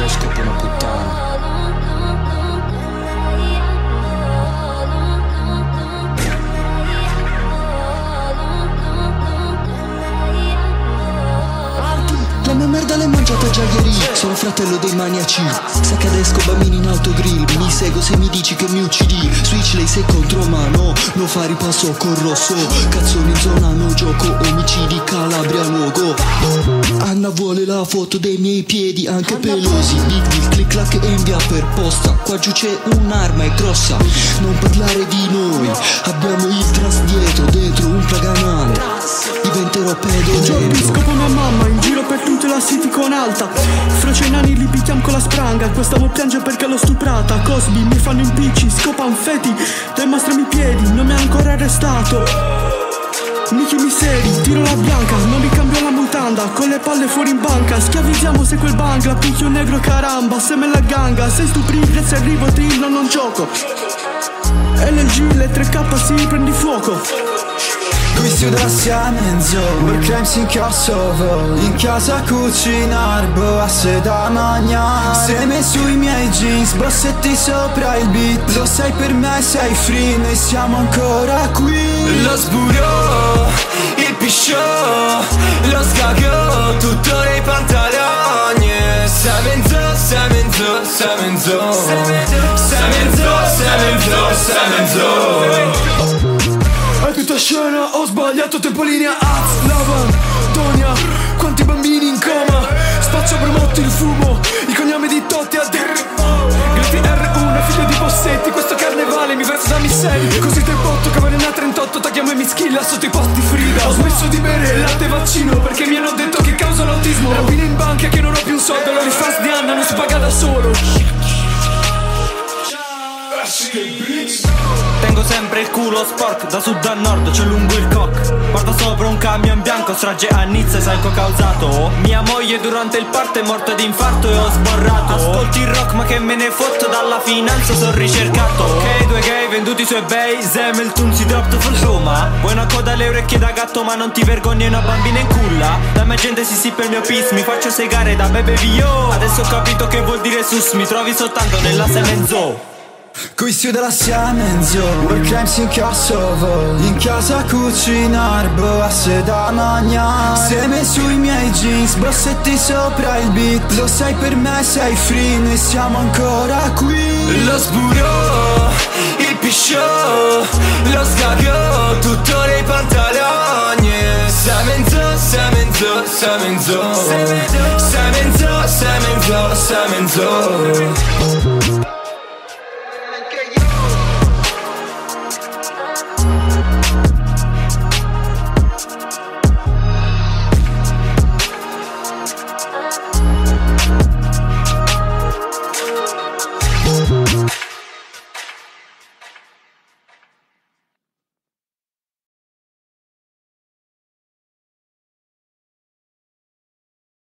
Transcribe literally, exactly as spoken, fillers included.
scoppo una puttana. La mia merda l'hai mangiata già ieri. Sono fratello dei maniaci. Sa che adesco bambini in autogrill. Mi seguo se mi dici che mi uccidi. Switch lei sei contro mano. Non fa ripasso col rosso. Cazzoni in zona no gioco. Omicidi Calabria luogo. Anna vuole la foto dei miei piedi anche pelosi. Big deal click clack e invia per posta. Qua giù c'è un'arma e grossa. Non parlare di noi. Abbiamo il trans dietro. Dentro un plaganale. Diventerò pedo. Giorni scopo mia mamma in giro per tutta la city con alta. Froce i nani li picchiam con la spranga. Questa mo piange perché l'ho stuprata. Cosby mi fanno impicci, scopan feti. Dai mostrami i piedi, non mi ha ancora arrestato. Nicky mi sedi, tiro la bianca. Non mi cambio la mutanda, con le palle fuori in banca. Schiavizziamo se quel bangla, picchio negro caramba. Se me la ganga, sei stupri, se arrivo trillo non gioco. L G, le tre K si prendi fuoco. Qui da Siamenzo, War Crimes in Kosovo. In casa cucinare, boasse da mangiare. Seme sui miei jeans, bossetti sopra il beat. Lo sai per me sei free, noi siamo ancora qui. Lo sburo, il piscio, lo sgago, tutto nei pantaloni. Semenzo, semenzo, semenzo. Semenzo, semenzo, semenzo. È tutta scena, ho sbagliato tempo linea. Az, lava, Tonia, quanti bambini in coma. Spaccio promotti il fumo, il cognome di Totti a dir. Graffi R uno, figlio di Bossetti. Questo carnevale mi verso da Misseli. Così te botto, cavarena trentotto. Tagliamo e mi schilla sotto i posti Frida. Ho smesso di bere il latte vaccino perché mi hanno detto che causa l'autismo. Rapine in banca che non ho più un soldo. La rifans di Anna non si paga da solo. Tengo sempre il culo sporco, da sud a nord c'è lungo il cock. Guardo sopra un camion bianco, strage a Nizza, sai che ho causato. Mia moglie durante il parto è morta di infarto e ho sborrato. Ascolti il rock ma che me ne fotto, dalla finanza sono ricercato. Ok, due gay venduti su eBay, Zemeltun si dropped full Roma. Vuoi una coda alle orecchie da gatto ma non ti vergogni, è una bambina in culla. Da me gente si sippa il mio piss, mi faccio segare da bebe vio. Adesso ho capito che vuol dire sus, mi trovi soltanto nella Semenzo. Qui della Siamenzo, War Crimes in Kosovo. In casa cucinare, boasse da mangiare. Seme sui miei jeans, bossetti sopra il beat. Lo sai per me sei free, noi siamo ancora qui. Lo sburo, il piscio, lo sgago, tutto nei pantaloni. Semenzo, semenzo, semenzo. Semenzo, semenzo, semenzo.